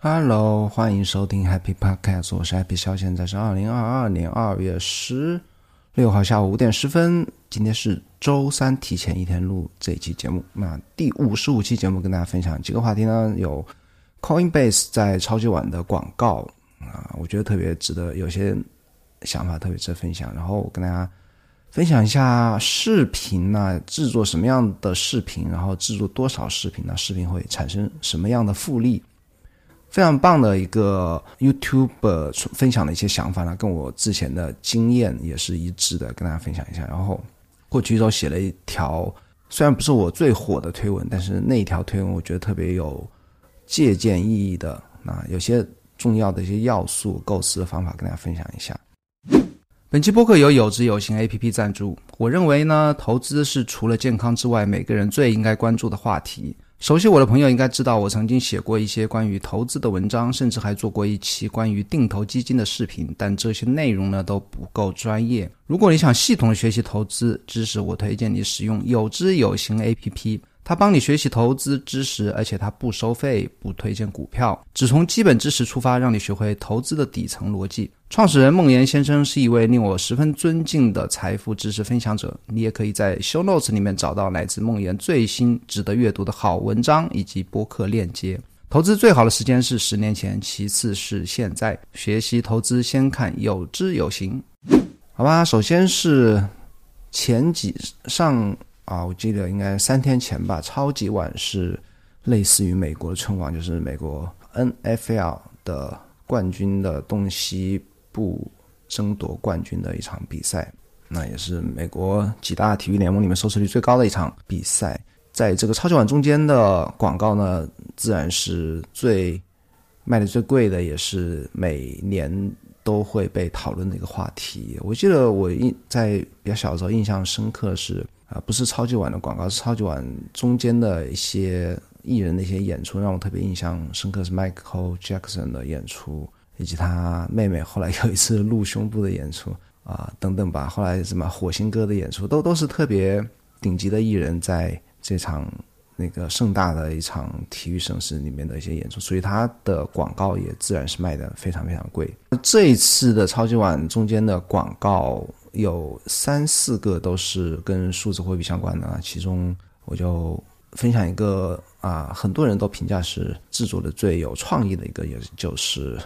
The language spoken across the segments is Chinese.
Hello， 欢迎收听 Happy Podcast， 我是 Happy 肖，现在是2022年2月16号下午5点10分，今天是周三，提前一天录这一期节目。那第55期节目跟大家分享几个话题呢，有 Coinbase 在超级碗的广告我觉得特别值得，有些想法特别值得分享，然后跟大家分享一下视频制作什么样的视频，然后制作多少视频视频会产生什么样的复利，非常棒的一个 YouTube 分享的一些想法跟我之前的经验也是一致的，跟大家分享一下。然后过去一周写了一条虽然不是我最火的推文，但是那一条推文我觉得特别有借鉴意义的，有些重要的一些要素构思的方法跟大家分享一下。本期播客由有知有行 APP 赞助。我认为呢，投资是除了健康之外每个人最应该关注的话题。熟悉我的朋友应该知道，我曾经写过一些关于投资的文章，甚至还做过一期关于定投基金的视频，但这些内容呢都不够专业。如果你想系统的学习投资知识，我推荐你使用有知有行 APP， 它帮你学习投资知识，而且它不收费，不推荐股票，只从基本知识出发，让你学会投资的底层逻辑。创始人孟岩先生是一位令我十分尊敬的财富知识分享者，你也可以在 show notes 里面找到来自孟岩最新值得阅读的好文章以及播客链接。投资最好的时间是10年前，其次是现在。学习投资先看有知有行。好吧，首先是前几上我记得应该3天前吧，超级碗是类似于美国的春晚，就是美国 NFL 的冠军的东西部争夺冠军的一场比赛，那也是美国几大体育联盟里面收视率最高的一场比赛。在这个超级碗中间的广告呢，自然是卖的最贵的，也是每年都会被讨论的一个话题。我记得我在比较小的时候印象深刻的是不是超级碗的广告，是超级碗中间的一些艺人的一些演出，让我特别印象深刻是 Michael Jackson 的演出，以及他妹妹后来有一次露胸部的演出等等吧。后来什么火星哥的演出都是特别顶级的艺人在这场那个盛大的一场体育盛事里面的一些演出，所以他的广告也自然是卖的非常非常贵。这一次的超级碗中间的广告有3-4个都是跟数字货币相关的，其中我就分享一个很多人都评价是制作的最有创意的一个，也就是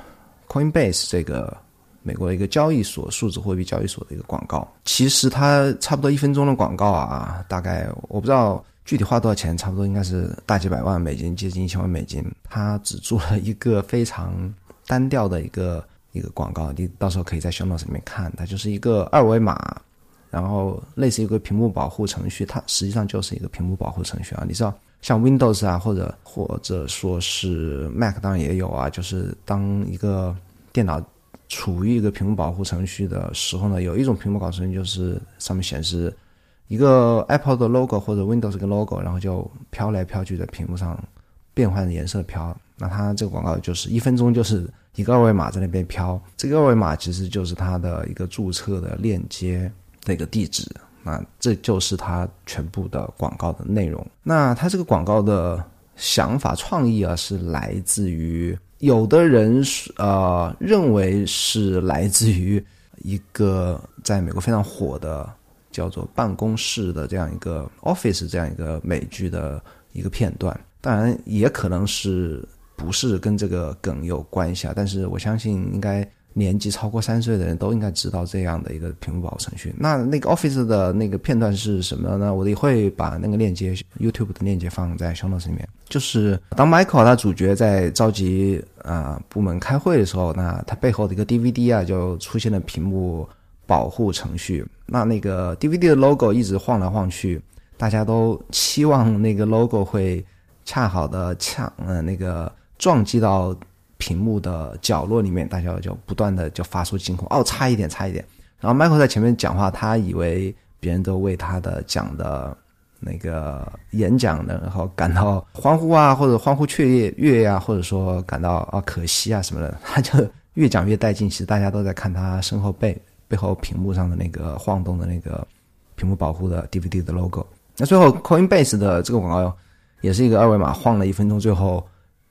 Coinbase 这个美国的一个交易所，数字货币交易所的一个广告。其实它差不多1分钟的广告大概我不知道具体花多少钱，差不多应该是大几百万美金，接近1000万美金。它只做了一个非常单调的一个广告，你到时候可以在 show notes 里面看，它就是一个二维码，然后类似一个屏幕保护程序，它实际上就是一个屏幕保护程序你知道像 Windows 或者说是 Mac 当然也有就是当一个电脑处于一个屏幕保护程序的时候呢，有一种屏幕保护程序就是上面显示一个 Apple 的 logo 或者 Windows 的 logo， 然后就飘来飘去在屏幕上变换颜色飘。那它这个广告就是1分钟就是一个二维码在那边飘，这个二维码其实就是它的一个注册的链接的一个地址，那这就是它全部的广告的内容。那它这个广告的想法创意是来自于有的人认为是来自于一个在美国非常火的叫做办公室的这样一个 Office 这样一个美剧的一个片段，当然也可能是不是跟这个梗有关系但是我相信应该年纪超过3岁的人都应该知道这样的一个屏幕保护程序。那个 Office 的那个片段是什么呢？我也会把那个链接 YouTube 的链接放在 show notes 里面。就是当 Michael 他主角在召集部门开会的时候，那他背后的一个 DVD 就出现了屏幕保护程序。那个 DVD 的 logo 一直晃来晃去，大家都期望那个 logo 会恰好的撞击到屏幕的角落里面，大家就不断的就发出惊呼差一点。然后 Michael 在前面讲话，他以为别人都为他的讲的那个演讲的然后感到欢呼或者欢呼雀跃或者说感到可惜什么的，他就越讲越带劲。其实大家都在看他身后背后屏幕上的那个晃动的那个屏幕保护的 DVD 的 logo。那最后 Coinbase 的这个广告也是一个二维码晃了1分钟，最后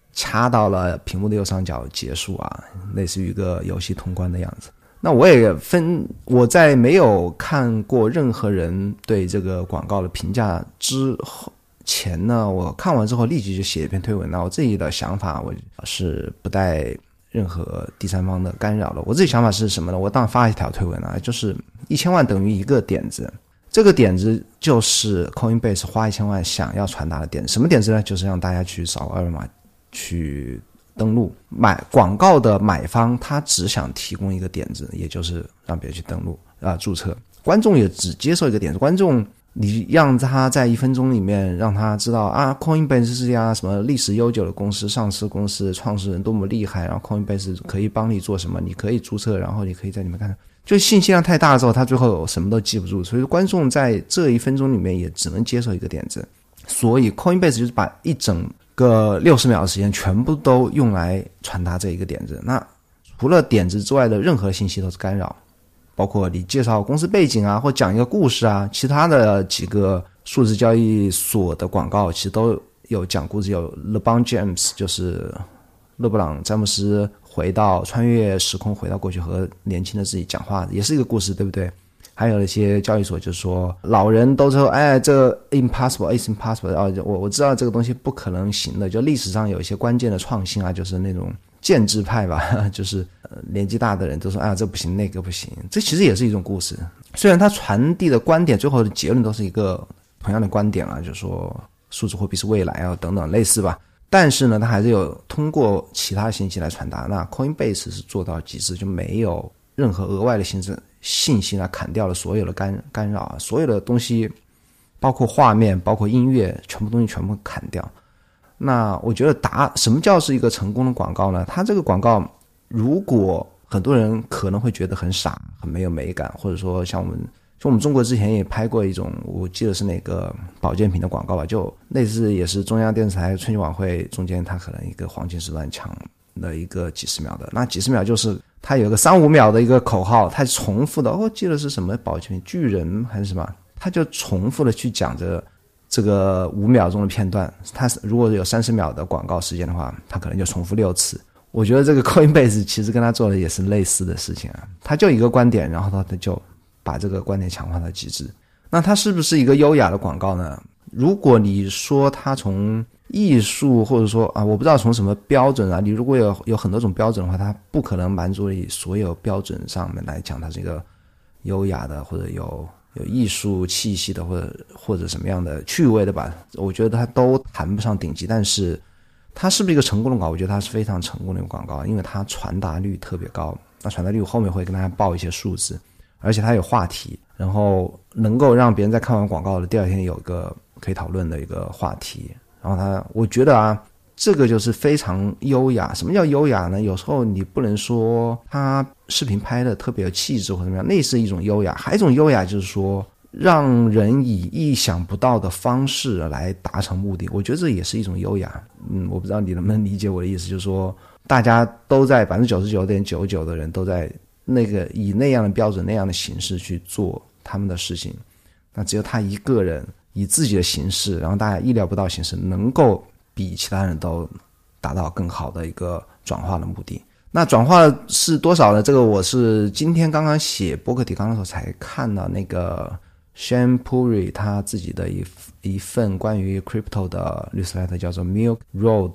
掐到了屏幕的右上角结束啊，类似于一个游戏通关的样子。那我在没有看过任何人对这个广告的评价之前呢，我看完之后立即就写一篇推文。那我自己的想法我是不带任何第三方的干扰的。我自己想法是什么呢？我当然发一条推文啊，就是1000万等于一个点子。这个点子就是 Coinbase 花1000万想要传达的点子。什么点子呢？就是让大家去扫二维码去登录。广告的买方他只想提供一个点子，也就是让别人去登录注册。观众也只接受一个点子。观众你让他在1分钟里面让他知道Coinbase 是一家什么历史悠久的公司，上市公司，创始人多么厉害，然后 Coinbase 可以帮你做什么，你可以注册，然后你可以在里面看。就信息量太大的时候，他最后什么都记不住，所以观众在这1分钟里面也只能接受一个点子。所以 Coinbase 就是把一整个60秒的时间全部都用来传达这一个点子。那除了点子之外的任何信息都是干扰，包括你介绍公司背景啊，或讲一个故事啊，其他的几个数字交易所的广告其实都有讲故事。有 LeBron James 就是勒布朗詹姆斯穿越时空回到过去和年轻的自己讲话，也是一个故事，对不对？还有一些交易所就是说老人都说这 impossible is impossible 我知道这个东西不可能行的。就历史上有一些关键的创新啊，就是那种建制派吧，就是年纪大的人都说这不行那个不行，这其实也是一种故事。虽然它传递的观点最后的结论都是一个同样的观点啊，就是说数字货币是未来啊等等类似吧，但是呢它还是有通过其他信息来传达。那 Coinbase 是做到极致，就没有任何额外的信息呢，砍掉了所有的干扰啊，所有的东西包括画面包括音乐东西全部砍掉。那我觉得什么叫是一个成功的广告呢？它这个广告如果很多人可能会觉得很傻很没有美感，或者说像我们中国之前也拍过一种，我记得是哪个保健品的广告吧，就类似也是中央电视台春节晚会中间它可能一个黄金时段抢的一个几十秒的，那几十秒就是它有一个3-5秒的一个口号，它重复的记得是什么保健品巨人还是什么，它就重复的去讲着这个5秒钟的片段。它如果有30秒的广告时间的话，它可能就重复6次。我觉得这个 Coinbase 其实跟他做的也是类似的事情啊，他就一个观点，然后他就把这个观点强化到极致。那它是不是一个优雅的广告呢？如果你说它从艺术或者说我不知道从什么标准啊，你如果有很多种标准的话，它不可能满足你所有标准上面来讲它是一个优雅的或者有艺术气息的或者什么样的趣味的吧，我觉得它都谈不上顶级。但是它是不是一个成功的广告？我觉得它是非常成功的一个广告，因为它传达率特别高。那传达率后面会跟大家报一些数字，而且它有话题，然后能够让别人在看完广告的第二天有一个可以讨论的一个话题。然后我觉得这个就是非常优雅。什么叫优雅呢？有时候你不能说它视频拍的特别有气质或者怎么样，那是一种优雅。还有一种优雅就是说让人以意想不到的方式来达成目的，我觉得这也是一种优雅。我不知道你能不能理解我的意思，就是说大家都在 99.99% 的人都在以那样的标准那样的形式去做他们的事情，那只有他一个人以自己的形式，然后大家意料不到的形式能够比其他人都达到更好的一个转化的目的。那转化是多少呢？这个我是今天刚刚写播客提纲的时候才看到那个 Shyam Puri 他自己的一份关于 crypto 的 newsletter 叫做 Milk Road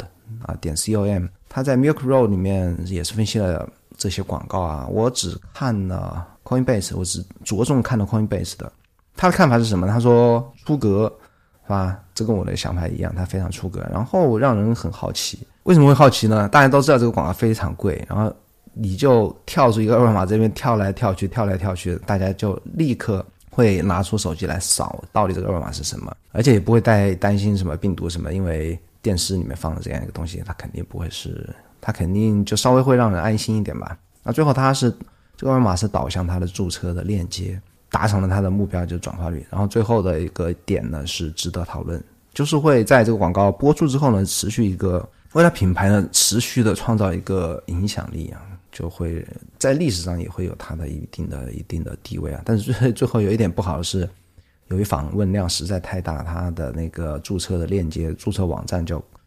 .com， 他在 Milk Road 里面也是分析了这些广告啊。我只看了 Coinbase， 我只着重看了 Coinbase 的。他的看法是什么？他说出格是吧？这跟我的想法一样，他非常出格，然后让人很好奇。为什么会好奇呢？大家都知道这个广告非常贵，然后你就跳出一个二维码，这边跳来跳去，大家就立刻会拿出手机来扫到底这个二维码是什么，而且也不会担心什么病毒什么，因为电视里面放的这样一个东西，它肯定就稍微会让人安心一点吧。那最后这个二维码是导向它的注册的链接，达成了它的目标，就是转化率。然后最后的一个点呢是值得讨论，就是会在这个广告播出之后呢，持续一个为了品牌呢持续的创造一个影响力啊，就会在历史上也会有它的一定的地位啊。但是最后有一点不好的是，由于访问量实在太大，它的那个注册的链接注册网站就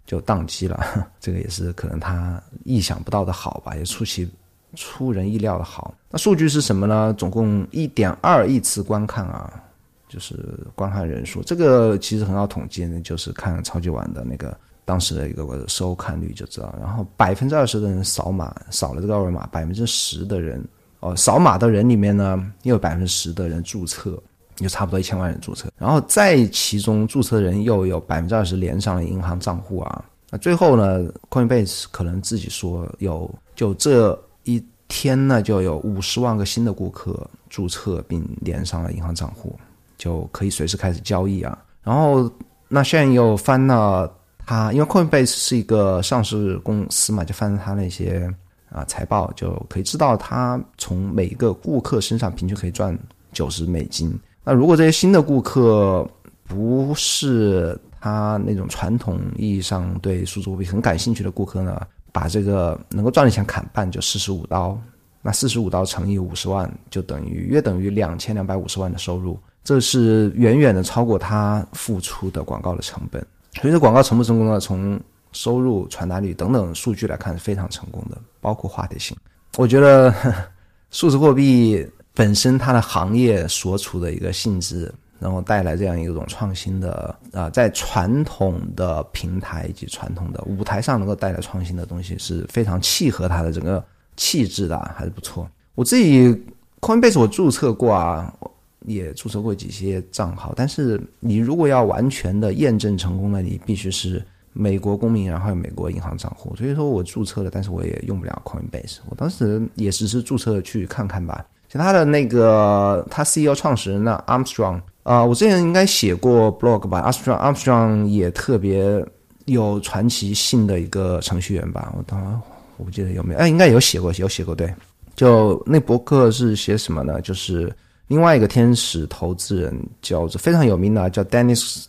就宕机了，这个也是可能他意想不到的好吧，也出人意料的好。那数据是什么呢？总共 1.2 亿次观看啊，就是观看人数，这个其实很好统计，就是看超级碗的那个当时的一个收看率就知道。然后 20% 的人扫了这个二维码， 10% 的人扫码的人里面呢也有 10% 的人注册，就差不多1000万人注册，然后在其中注册人又有 20% 连上了银行账户啊。那最后呢 Coinbase 可能自己说就这一天呢就有50万个新的顾客注册并连上了银行账户，就可以随时开始交易啊。然后那现在又翻了他，因为 Coinbase 是一个上市公司嘛，就翻了他那些财报，就可以知道他从每个顾客身上平均可以赚$90。那如果这些新的顾客不是他那种传统意义上对数字货币很感兴趣的顾客呢，把这个能够赚的钱砍半，就$45，那$45乘以50万就约等于2250万的收入，这是远远的超过他付出的广告的成本。所以这广告成不成功呢？从收入、传达率等等数据来看是非常成功的，包括话题性。我觉得数字货币本身它的行业所处的一个性质，然后带来这样一种创新的在传统的平台以及传统的舞台上能够带来创新的东西是非常契合它的整个气质的还是不错。我自己 Coinbase 我注册过啊，也注册过几些账号，但是你如果要完全的验证成功呢，你必须是美国公民，然后有美国银行账户。所以说我注册了，但是我也用不了 Coinbase， 我当时也只是注册去看看吧。其他的那个他 CEO 创始人呢 Armstrong，我之前应该写过 blog 吧， Armstrong 也特别有传奇性的一个程序员吧，我不记得有没有，应该有写过对。就那博客是写什么呢？就是另外一个天使投资人叫做非常有名的叫 Daniel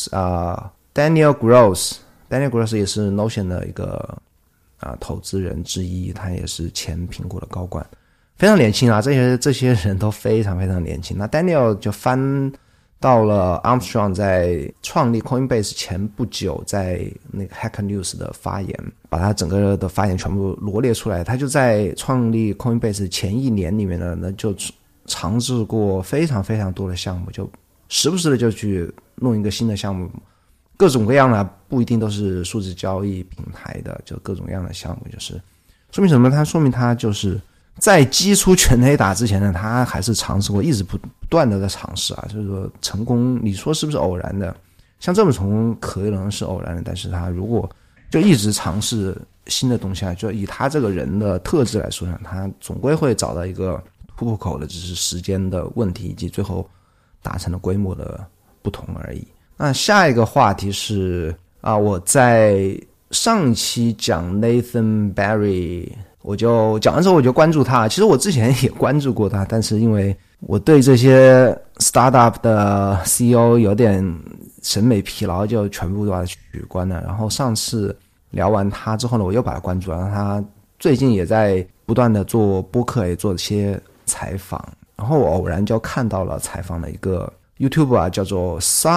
Gross 也是 Notion 的一个投资人之一，他也是前苹果的高管，非常年轻啊，这些人都非常非常年轻。那 Daniel 就翻到了 Armstrong 在创立 Coinbase 前不久在那个 Hacker News 的发言，把他整个的发言全部罗列出来。他就在创立 Coinbase 前1年里面呢，就尝试过非常非常多的项目，就时不时的就去弄一个新的项目，各种各样的，不一定都是数字交易平台的，就各种各样的项目。就是说明什么？它说明他就是在击出全垒打之前呢，他还是尝试过，一直不断的在尝试啊。就是说成功，你说是不是偶然的？像这么成功可能是偶然的，但是他如果就一直尝试新的东西啊，就以他这个人的特质来说呢，他总归会找到一个突破口的，只是时间的问题以及最后达成的规模的不同而已。那下一个话题是我在上一期讲 Nathan Barry， 我就讲完之后我就关注他。其实我之前也关注过他，但是因为我对这些 startup 的 CEO 有点审美疲劳，就全部都把它取关了。然后上次聊完他之后呢，我又把他关注了。然后他最近也在不断的做播客，也做一些采访。然后我偶然就看到了采访的一个 YouTuber 叫做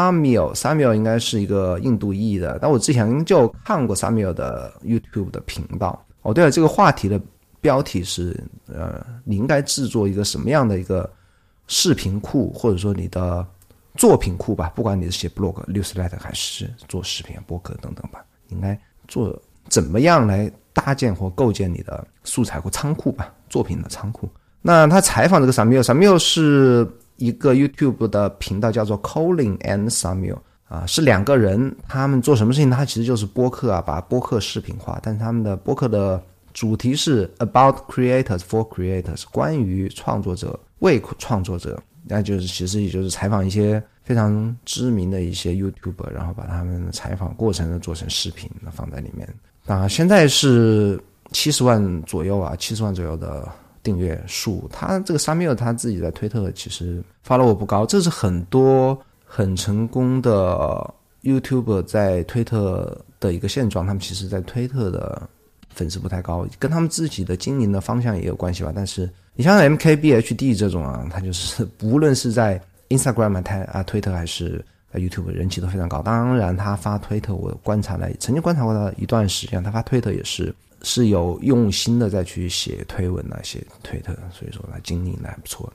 Samuel 应该是一个印度裔的，但我之前就看过 Samuel 的 YouTube 的频道。对了，这个话题的标题是你应该制作一个什么样的一个视频库，或者说你的作品库吧，不管你是写 blog、newsletter 还是做视频、播客等等吧，你应该做怎么样来搭建或构建你的素材库仓库吧，作品的仓库。那他采访这个 Samuel 是一个 YouTube 的频道叫做 Colin and Samuel， 是2个人，他们做什么事情？他其实就是播客把播客视频化，但是他们的播客的主题是 About Creators for Creators， 关于创作者为创作者，那就是其实也就是采访一些非常知名的一些 YouTuber， 然后把他们的采访过程做成视频放在里面。现在是70万左右的订阅数。他这个 Samuel 他自己在推特其实 follow 不高，这是很多很成功的 YouTuber 在推特的一个现状，他们其实在推特的粉丝不太高，跟他们自己的经营的方向也有关系吧。但是你像 MKBHD 这种他就是无论是在 Instagram 推特还是 YouTube 人气都非常高。当然他发推特我曾经观察过他一段时间，他发推特也是有用心的在去写推文写推特，所以说他经营的还不错。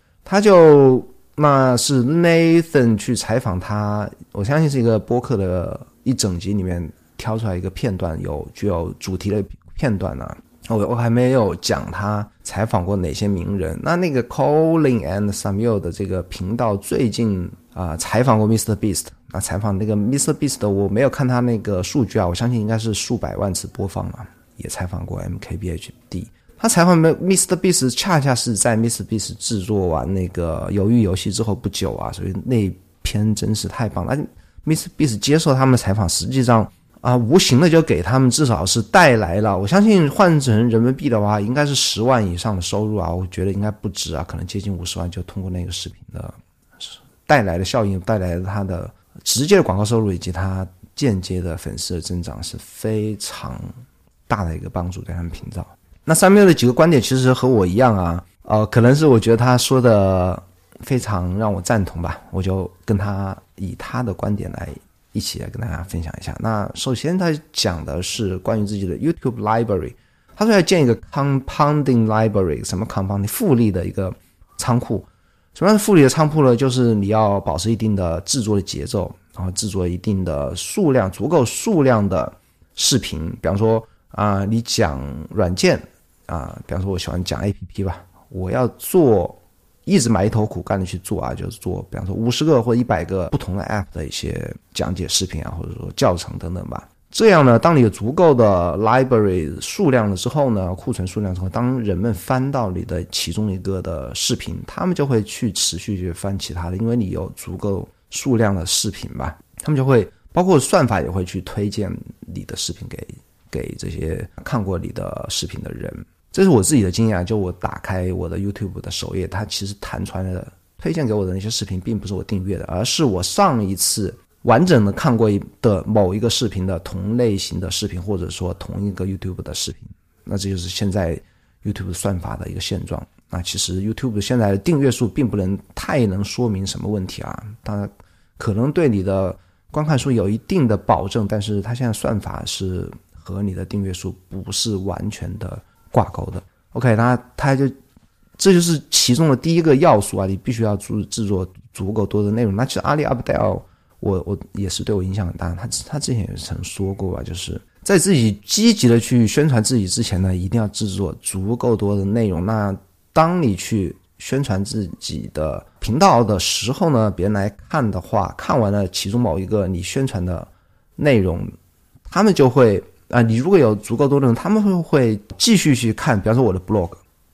那是 Nathan 去采访他，我相信是一个播客的一整集里面挑出来一个片段，具有主题的片段我还没有讲他采访过哪些名人。那个 Colin and Samuel 的这个频道最近采访过 Mr. Beast， 那采访那个 Mr. Beast 我没有看他那个数据我相信应该是数百万次播放也采访过 MKBHD。他采访 Mr. Beast 恰恰是在 Mr. Beast 制作完那个鱿鱼游戏之后不久所以那篇真是太棒了。Mr. Beast 接受他们的采访，实际上无形的就给他们至少是带来了，我相信换成人民币的话应该是10万以上的收入我觉得应该不止可能接近50万，就通过那个视频的带来的效应，带来了他的直接的广告收入以及他间接的粉丝的增长，是非常大的一个帮助对他们频道。那上面的几个观点其实和我一样可能是我觉得他说的非常让我赞同吧，我就跟他以他的观点一起来跟大家分享一下。那首先他讲的是关于自己的 YouTube library， 他说要建一个 compounding library， 什么 compounding 复利的一个仓库。什么样是复利的仓库呢？就是你要保持一定的制作的节奏，然后制作一定的足够数量的视频。比方说你讲软件比方说我喜欢讲 APP 吧，我要一直埋头苦干的去做就是做比方说50个或100个不同的 App 的一些讲解视频或者说教程等等吧。这样呢，当你有足够的 library 数量了之后呢，库存数量之后，当人们翻到你的其中一个的视频，他们就会去持续去翻其他的，因为你有足够数量的视频吧，他们就会包括算法也会去推荐你的视频给这些看过你的视频的人。这是我自己的经验就我打开我的 YouTube 的首页，它其实弹出来的推荐给我的那些视频并不是我订阅的，而是我上一次完整的看过的某一个视频的同类型的视频，或者说同一个 YouTube 的视频。那这就是现在 YouTube 算法的一个现状。那其实 YouTube 现在的订阅数并不太能说明什么问题它可能对你的观看数有一定的保证，但是它现在算法是和你的订阅数不是完全的挂钩的。 OK， 这就是其中的第一个要素你必须要制作足够多的内容。那其实阿里阿布戴尔我也是对我影响很大，他之前也曾说过就是在自己积极的去宣传自己之前呢，一定要制作足够多的内容。那当你去宣传自己的频道的时候呢，别人来看的话，看完了其中某一个你宣传的内容，他们就会你如果有足够多的人，他们会继续去看。比方说我的 blog，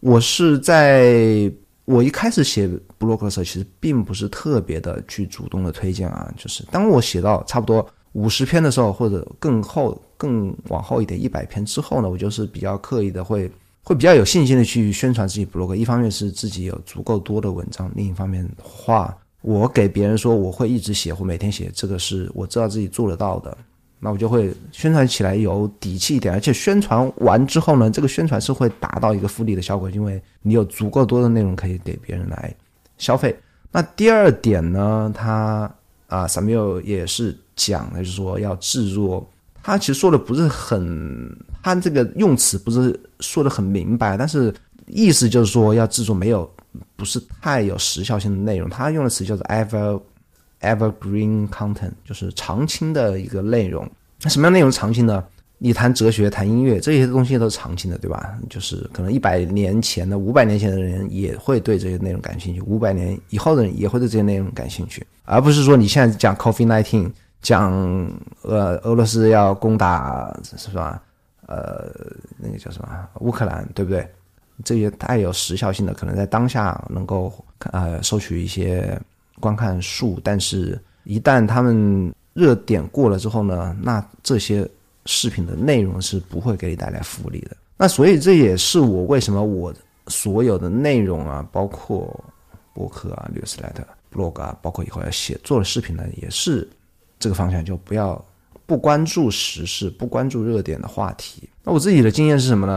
我一开始写 blog 的时候，其实并不是特别的去主动的推荐就是当我写到差不多50篇的时候，或者更往后一点100篇之后呢，我就是比较刻意的会比较有信心的去宣传自己 blog。 一方面是自己有足够多的文章，另一方面的话，我给别人说我会一直写或每天写，这个是我知道自己做得到的，那我就会宣传起来有底气一点。而且宣传完之后呢，这个宣传是会达到一个复利的效果，因为你有足够多的内容可以给别人来消费。那第二点呢，他Samuel 也是讲的就是说要制作，他其实说的不是他这个用词不是说的很明白，但是意思就是说要制作不是太有时效性的内容。他用的词叫做 evergreen content， 就是常青的一个内容。那什么样的内容常青呢？你谈哲学谈音乐这些东西都是常青的，对吧？就是可能100年前的500年前的人也会对这些内容感兴趣，500年以后的人也会对这些内容感兴趣，而不是说你现在讲 COVID-19 讲俄罗斯要攻打是吧那个叫什么乌克兰，对不对？这些带有时效性的可能在当下能够收取一些观看数，但是一旦他们热点过了之后呢，那这些视频的内容是不会给你带来复利的。那所以这也是我为什么我所有的内容包括博客newsletter blog 包括以后要写做的视频呢，也是这个方向，就不关注时事，不关注热点的话题。那我自己的经验是什么呢？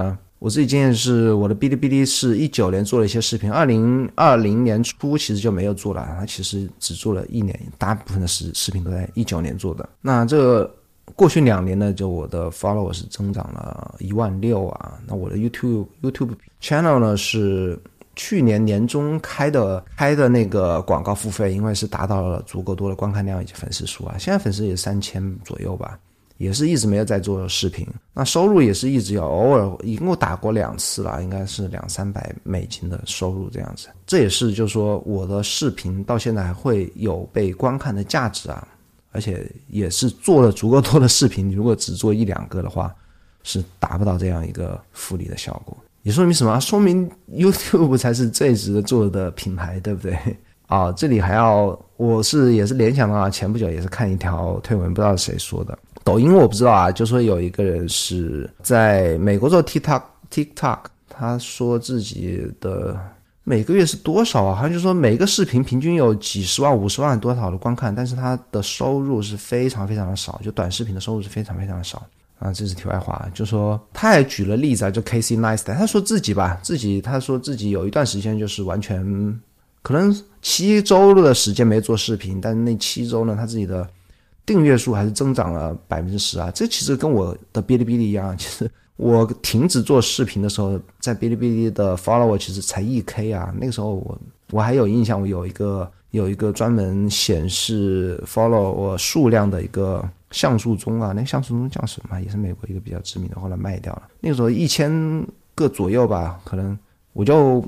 我自己经验是，我的哔哩哔哩是19年做了一些视频，2020年初其实就没有做了，它其实只做了1年，大部分的视频都在19年做的。那这个过去2年呢，就我的 follower 是增长了16000啊。那我的 YouTube channel 呢是去年年中开的那个广告付费，因为是达到了足够多的观看量以及粉丝数啊，现在粉丝也3000左右吧，也是一直没有在做视频。那收入也是一直有，偶尔一共打过2次啦，应该是$200-300的收入这样子。这也是就是说我的视频到现在还会有被观看的价值啊，而且也是做了足够多的视频，如果只做1-2个的话是达不到这样一个复利的效果。也说明什么？说明 YouTube 才是最值得做的品牌，对不对？啊，这里还要也是联想到前不久也是看一条推文，不知道是谁说的。抖音我不知道啊，就说有一个人是在美国做 TikTok， 他说自己的每个月是多少啊？好像就说每个视频平均有几十万、50万多少的观看，但是他的收入是非常非常的少，就短视频的收入是非常非常的少。啊，这是题外话，就说他也举了例子啊，就 Casey Neistat， 他说自己有一段时间就是完全可能7周的时间没做视频，但是那7周呢，他自己的订阅数还是增长了10%啊。这其实跟我的哔哩哔哩一样，其实我停止做视频的时候，在哔哩哔哩的 follower 其实才1K 啊。那个时候我还有印象，我有一个专门显示 follow 我数量的一个像素钟啊，那个像素钟叫什么？也是美国一个比较知名的，后来卖掉了。那个时候1000个左右吧，可能我就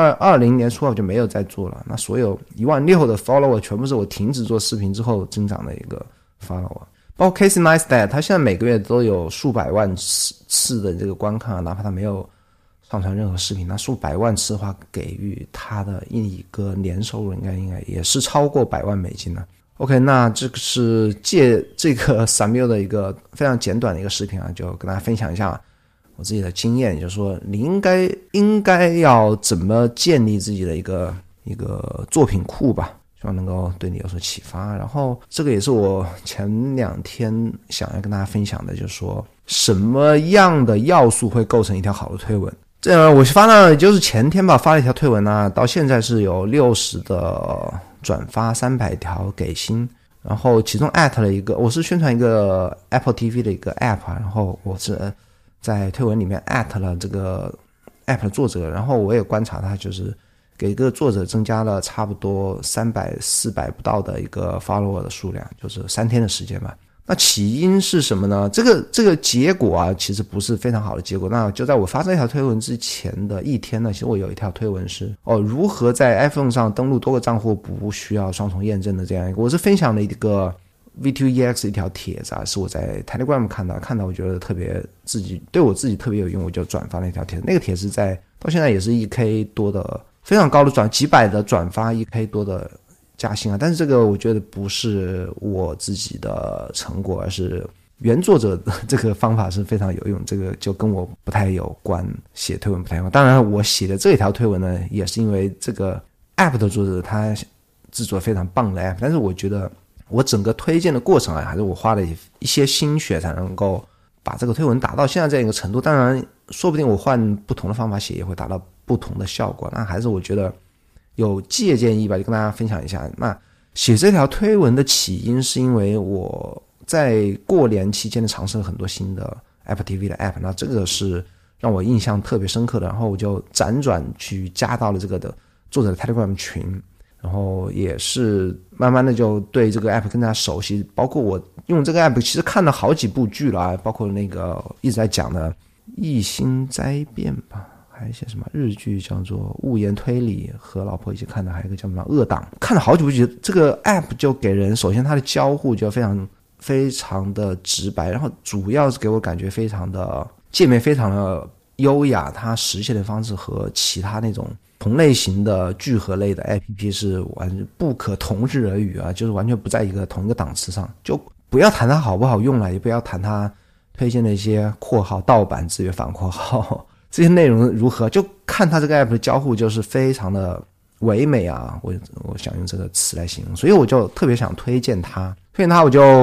20年初我就没有再做了。那所有16000的 follower 全部是我停止做视频之后增长的一个 follower。包括 Casey Neistat， 他现在每个月都有数百万次的这个观看，哪怕他没有上传任何视频，那数百万次的话，给予他的一个年收入应该也是超过$100万了。OK， 那这个是借这个 Samuel 的一个非常简短的一个视频啊，就跟大家分享一下我自己的经验，就是说你应该要怎么建立自己的一个作品库吧，希望能够对你有所启发。然后这个也是我前2天想要跟大家分享的，就是说什么样的要素会构成一条好的推文。这样我发了，就是前天吧，发了一条推文啊，到现在是有60的转发，300条给星，然后其中了一个，我是宣传一个 Apple TV 的一个 App， 然后我是在推文里面了这个 App 的作者，然后我也观察他就是给一个作者增加了差不多300-400不到的一个 follower 的数量，就是3天的时间吧。那起因是什么呢？这个结果啊，其实不是非常好的结果。那就在我发这条推文之前的1天呢，其实我有一条推文是如何在 iPhone 上登录多个账户不需要双重验证的这样一个，我是分享了一个 V2EX 一条帖子啊，是我在 Telegram 看到我觉得对我自己特别有用，我就转发了一条帖子。那个帖子到现在也是 1K 多的，非常高的几百的转发， 1K 多的加薪啊，但是这个我觉得不是我自己的成果，而是原作者的这个方法是非常有用，这个就跟我不太有关，写推文不太有关。当然我写的这一条推文呢，也是因为这个 App 的作者他制作非常棒的 App， 但是我觉得我整个推荐的过程啊，还是我花了一些心血才能够把这个推文达到现在这样一个程度。当然说不定我换不同的方法写也会达到不同的效果，那还是我觉得有借鉴意义吧，就跟大家分享一下。那写这条推文的起因是因为我在过年期间尝试了很多新的 Apple TV 的 App， 那这个是让我印象特别深刻的，然后我就辗转去加到了这个的作者的 Telegram 群，然后也是慢慢的就对这个 App 更加熟悉，包括我用这个 App 其实看了好几部剧了，包括那个一直在讲的异星灾变吧，还有一些什么日剧叫做物言推理，和老婆一起看的，还有一个叫什么恶党，看了好几部剧。这个 App 就给人首先它的交互就非常的直白，然后主要是给我感觉非常的界面非常的优雅，它实现的方式和其他那种同类型的聚合类的 APP 是完全不可同日而语啊，就是完全不在同一个档次上。就不要谈它好不好用了，也不要谈它推荐的一些括号盗版资源反括号这些内容如何，就看它这个 app 的交互就是非常的唯美啊，我想用这个词来形容，所以我就特别想推荐它，我就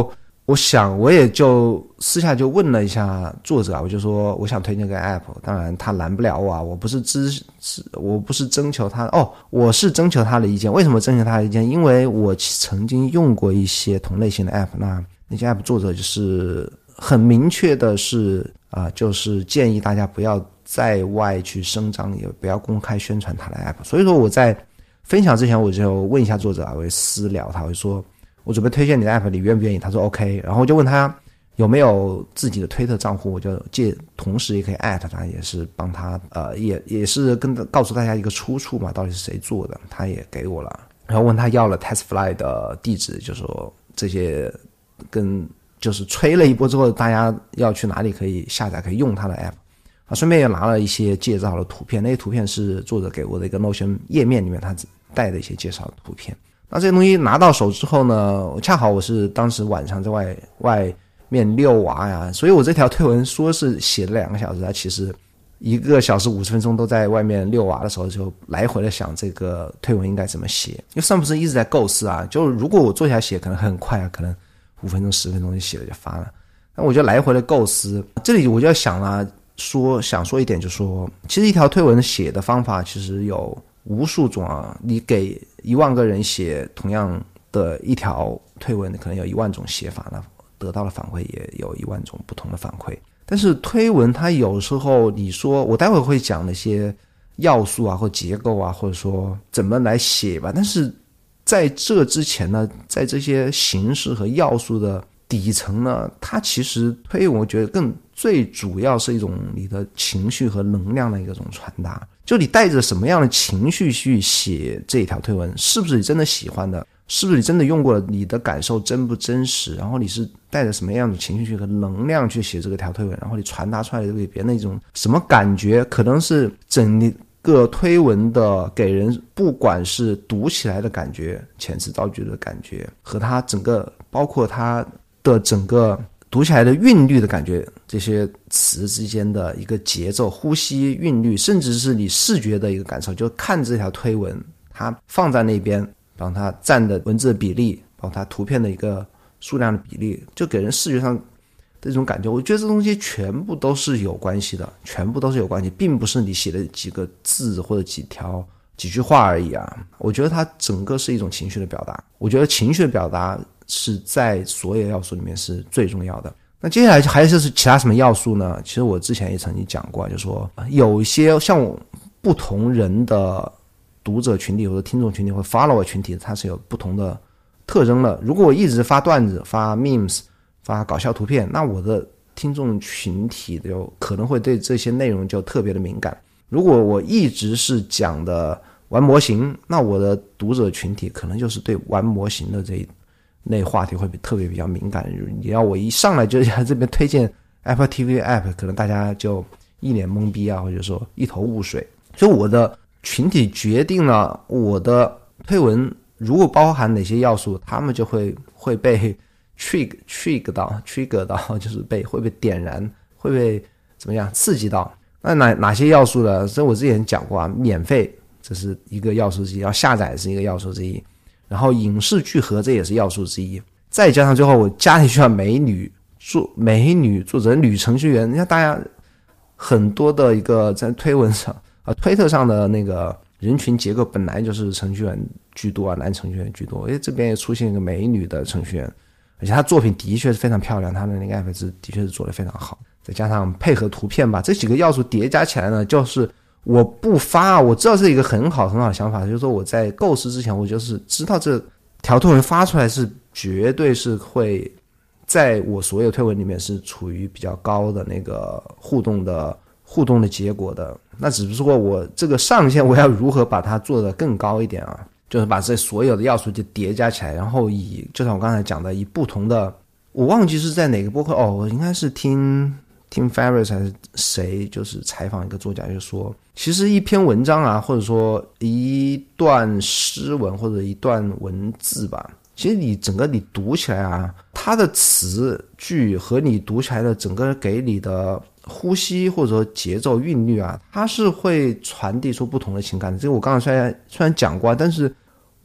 我也就私下就问了一下作者啊，我就说我想推荐个 app， 当然他拦不了我啊，我不是征求他我是征求他的意见。为什么征求他的意见？因为我曾经用过一些同类型的 app， 那些 app 作者就是很明确的是就是建议大家不要在外去声张，也不要公开宣传他的 app。 所以说我在分享之前我就问一下作者啊，我会私聊他，我会说我准备推荐你的 app， 你愿不愿意？他说 OK， 然后我就问他有没有自己的推特账户，我就同时也可以艾特他，也是帮他也是告诉大家一个出处嘛，到底是谁做的，他也给我了。然后问他要了 TestFly 的地址，就说这些就是吹了一波之后大家要去哪里可以下载可以用他的 app 顺便也拿了一些介绍的图片，那些图片是作者给我的一个 Notion 页面里面他带的一些介绍的图片。那这些东西拿到手之后呢，恰好我是当时晚上在外面遛娃呀，所以我这条推文说是写了2个小时，它其实1个小时50分钟都在外面遛娃的时候就来回的想这个推文应该怎么写。因为上不是一直在构思啊，就如果我坐下来写可能很快啊，可能5分钟10分钟就写了就发了，那我就来回的构思。这里我就要想说一点，就是说其实一条推文写的方法其实有无数种啊，你给1万个人写同样的一条推文，可能有1万种写法呢，得到的反馈也有1万种不同的反馈。但是推文它有时候你说我待会会讲那些要素啊或结构啊，或者说怎么来写吧，但是在这之前呢，在这些形式和要素的底层呢，它其实推文我觉得最主要是一种你的情绪和能量的一种传达。就你带着什么样的情绪去写这一条推文，是不是你真的喜欢的，是不是你真的用过了，你的感受真不真实，然后你是带着什么样的情绪和能量去写这个条推文，然后你传达出来的给别人的一种什么感觉，可能是整个推文的给人不管是读起来的感觉，遣词造句的感觉，和它整个包括它的整个读起来的韵律的感觉，这些词之间的一个节奏、呼吸、韵律，甚至是你视觉的一个感受，就看这条推文它放在那边，帮它占的文字的比例，帮它图片的一个数量的比例，就给人视觉上的这种感觉。我觉得这东西全部都是有关系的，全部都是有关系，并不是你写的几个字或者几句话而已啊。我觉得它整个是一种情绪的表达，我觉得情绪的表达是在所有要素里面是最重要的。那接下来还是其他什么要素呢？其实我之前也曾经讲过，就是说有一些像我不同人的读者群体或者听众群体或者 follower 群体，它是有不同的特征的。如果我一直发段子、发 memes、发搞笑图片，那我的听众群体就可能会对这些内容就特别的敏感。如果我一直是讲的玩模型，那我的读者群体可能就是对玩模型的这类话题会特别比较敏感。你要我一上来就在这边推荐 Apple TV App， 可能大家就一脸懵逼啊，或者说一头雾水。所以我的群体决定了我的推文如果包含哪些要素，他们就会被trigger 到，就是会被点燃，会被怎么样刺激到。那哪些要素呢？所以我之前讲过啊，免费这是一个要素之一，要下载是一个要素之一，然后影视聚合这也是要素之一，再加上最后我加一句美女作者女程序员。你看大家很多的一个在推文上推特上的那个人群结构本来就是程序员居多啊，男程序员居多，这边也出现一个美女的程序员，而且她作品的确是非常漂亮，她的那个 app 的确是做得非常好，再加上配合图片吧，这几个要素叠加起来呢，就是我不发，我知道是一个很好的想法，就是说我在构思之前，我就是知道这条推文发出来是绝对是会在我所有推文里面是处于比较高的那个互动的结果的。那只是说我这个上限我要如何把它做得更高一点啊，就是把这所有的要素就叠加起来，然后就像我刚才讲的，以不同的，我忘记是在哪个播客我应该是听 Ferriss 还是谁，就是采访一个作家，就说其实一篇文章啊，或者说一段诗文或者一段文字吧，其实你整个你读起来啊，它的词句和你读起来的整个给你的呼吸或者说节奏韵律啊，它是会传递出不同的情感的。这个我刚才虽然讲过，但是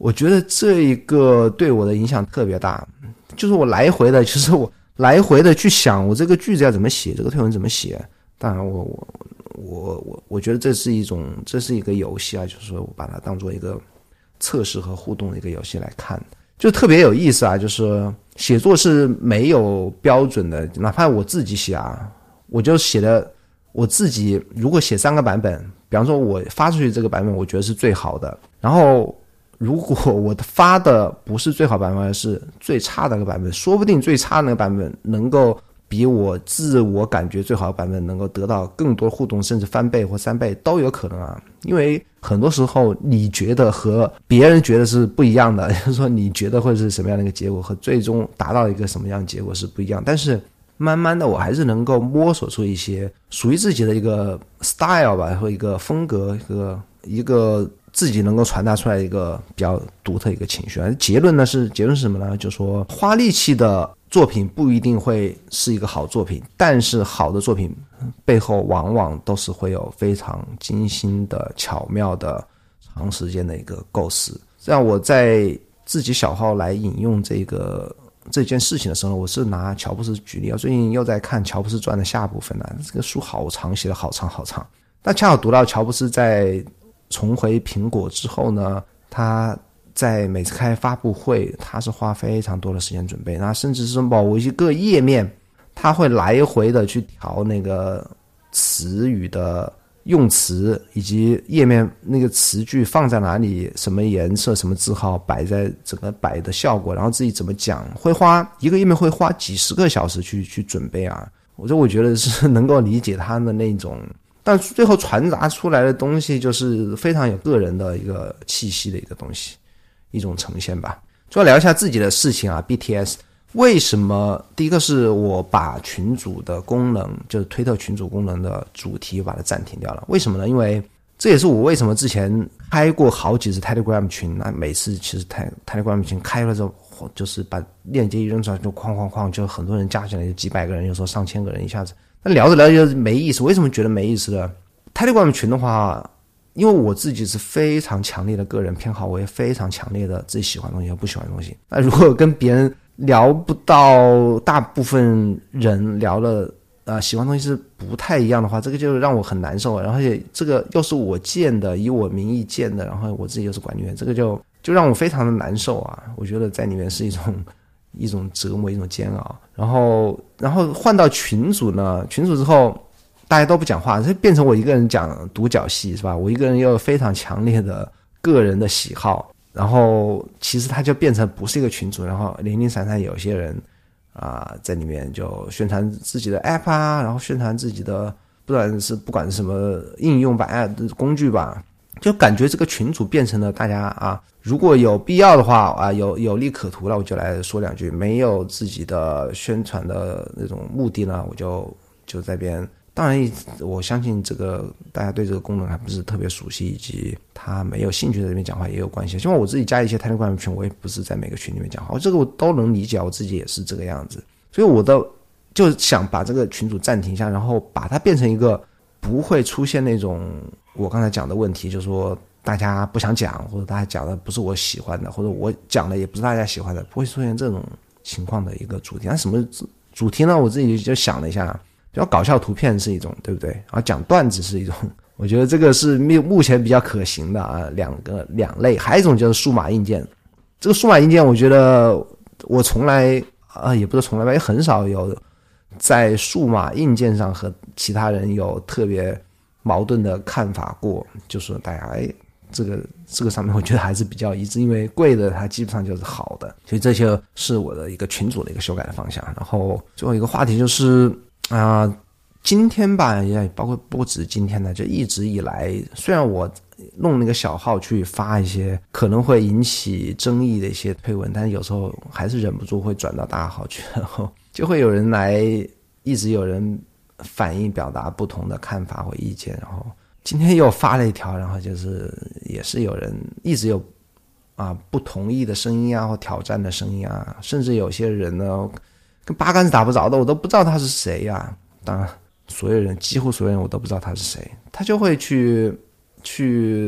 我觉得这一个对我的影响特别大，就是我来回的去想我这个句子要怎么写，这个推文怎么写。当然我觉得这是一个游戏啊，就是说我把它当做一个测试和互动的一个游戏来看，就特别有意思啊。就是写作是没有标准的，哪怕我自己写啊，我就写的我自己如果写3个版本，比方说我发出去这个版本我觉得是最好的，然后如果我发的不是最好版本，而是最差的那个版本，说不定最差的那个版本能够比我自我感觉最好的版本能够得到更多互动，甚至翻倍或3倍都有可能啊。因为很多时候你觉得和别人觉得是不一样的，就是说你觉得会是什么样的一个结果和最终达到一个什么样的结果是不一样，但是慢慢的我还是能够摸索出一些属于自己的一个 style 吧，或一个风格，一个自己能够传达出来一个比较独特一个情绪。结论是什么呢？就是说花力气的作品不一定会是一个好作品，但是好的作品背后往往都是会有非常精心的巧妙的长时间的一个构思。这样我在自己小号来引用这件事情的时候，我是拿乔布斯举例。我最近又在看乔布斯传的下部分了，这个书好长，写得好长好长。但恰好读到乔布斯在重回苹果之后呢，他在每次开发布会他是花非常多的时间准备，那甚至是某一个页面他会来回的去调那个词语的用词，以及页面那个词句放在哪里，什么颜色什么字号摆在整个摆的效果，然后自己怎么讲，一个页面会花几十个小时去准备啊。我觉得是能够理解他的那种，但最后传达出来的东西就是非常有个人的一个气息的一个东西，一种呈现吧。就要聊一下自己的事情啊。 BTS 为什么，第一个是我把群组的功能，就是推特群组功能的主题把它暂停掉了。为什么呢？因为这也是我为什么之前开过好几次 Telegram 群，那每次其实 Telegram 群开了之后，就是把链接一扔出来就哐哐哐，就很多人加起来，就几百个人，有时候上千个人一下子，那聊着聊着就没意思。为什么觉得没意思呢？ Telegram 群的话，因为我自己是非常强烈的个人偏好，我也非常强烈的自己喜欢的东西和不喜欢的东西。那如果跟别人聊不到，大部分人聊的喜欢的东西是不太一样的话，这个就让我很难受。然后这个又是我建的，以我名义建的，然后我自己又是管理员，这个就让我非常的难受啊。我觉得在里面是一种折磨，一种煎熬。然后换到群组呢，群组之后大家都不讲话，这变成我一个人讲独角戏，是吧？我一个人又有非常强烈的个人的喜好，然后其实它就变成不是一个群组，然后零零散散有些人在里面就宣传自己的 app 啊，然后宣传自己的不管是什么应用吧 app 工具吧，就感觉这个群组变成了大家如果有必要的话有利可图了我就来说两句，没有自己的宣传的那种目的呢，我就在边。当然我相信这个大家对这个功能还不是特别熟悉，以及他没有兴趣在这边讲话也有关系。因为我自己加一些 Telegram 群，我也不是在每个群里面讲话，这个我都能理解，我自己也是这个样子。所以我就想把这个群组暂停一下，然后把它变成一个不会出现那种我刚才讲的问题，就是说大家不想讲，或者大家讲的不是我喜欢的，或者我讲的也不是大家喜欢的，不会出现这种情况的一个主题。那什么主题呢？我自己就想了一下，比较搞笑图片是一种，对不对？然后讲段子是一种，我觉得这个是目前比较可行的两类。还有一种就是数码硬件。这个数码硬件我觉得我从来也不是从来吧，也很少有在数码硬件上和其他人有特别矛盾的看法过，就是大家这个上面我觉得还是比较一致，因为贵的它基本上就是好的。所以这就是我的一个群组的一个修改的方向。然后最后一个话题就是今天吧，也包括不止今天呢，就一直以来，虽然我弄那个小号去发一些可能会引起争议的一些推文，但是有时候还是忍不住会转到大号去，然后就会有人一直有人反映表达不同的看法或意见。然后今天又发了一条，然后就是也是有人一直有不同意的声音或挑战的声音甚至有些人呢跟八竿子打不着的，我都不知道他是谁当然几乎所有人我都不知道他是谁，他就会去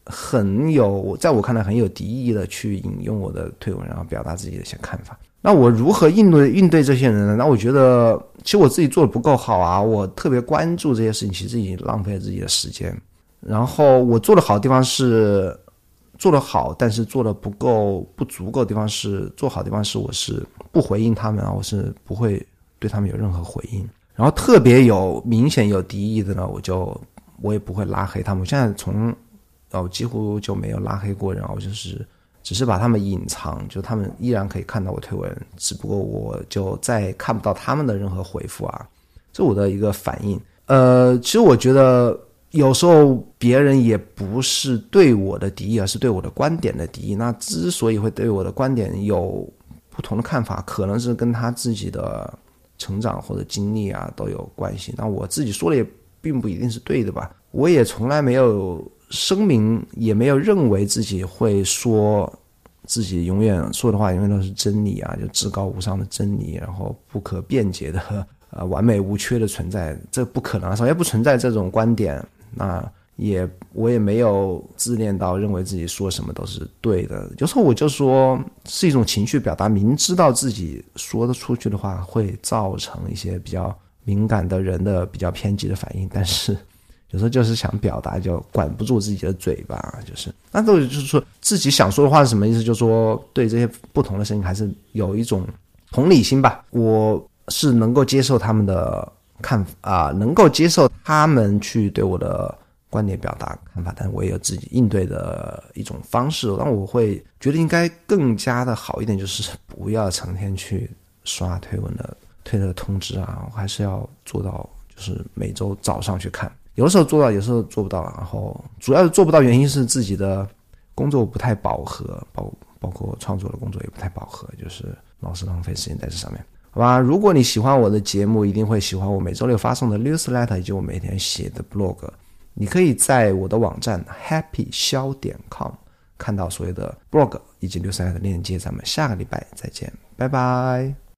在我看来很有敌意的去引用我的推文，然后表达自己的一些看法。那我如何应对这些人呢？那我觉得其实我自己做的不够好啊，我特别关注这些事情，其实已经浪费了自己的时间。然后我做的好的地方是做得好，但是做的不足够的地方是，做好的地方是我是不回应他们啊，我是不会对他们有任何回应。然后特别明显有敌意的呢，我也不会拉黑他们。我现在几乎就没有拉黑过人，我就是只是把他们隐藏，就他们依然可以看到我推文，只不过我就再看不到他们的任何回复啊，这是我的一个反应。其实我觉得有时候别人也不是对我的敌意，而是对我的观点的敌意。那之所以会对我的观点有不同的看法，可能是跟他自己的成长或者经历啊都有关系。那我自己说的也并不一定是对的吧，我也从来没有声明，也没有认为自己会说自己永远说的话永远都是真理啊，就至高无上的真理，然后不可辩解的完美无缺的存在，这不可能，首先不存在这种观点。那我也没有自恋到认为自己说什么都是对的。有时候我就说是一种情绪表达，明知道自己说得出去的话会造成一些比较敏感的人的比较偏激的反应，但是有时候就是想表达就管不住自己的嘴巴，那就是说自己想说的话是什么意思，就是说对这些不同的声音还是有一种同理心吧。我是能够接受他们的看法能够接受他们去对我的观点表达看法，但我也有自己应对的一种方式。但我会觉得应该更加的好一点，就是不要成天去刷推文的推的通知啊，我还是要做到就是每周早上去看，有的时候做到，有时候做不到。然后主要做不到原因是自己的工作不太饱和，包括创作的工作也不太饱和，就是老是浪费时间在这上面。好吧，如果你喜欢我的节目，一定会喜欢我每周六发送的 newsletter 以及我每天写的 blog。你可以在我的网站 happyxiao.com 看到所有的 blog 以及 newsletter 链接。咱们下个礼拜再见，拜拜。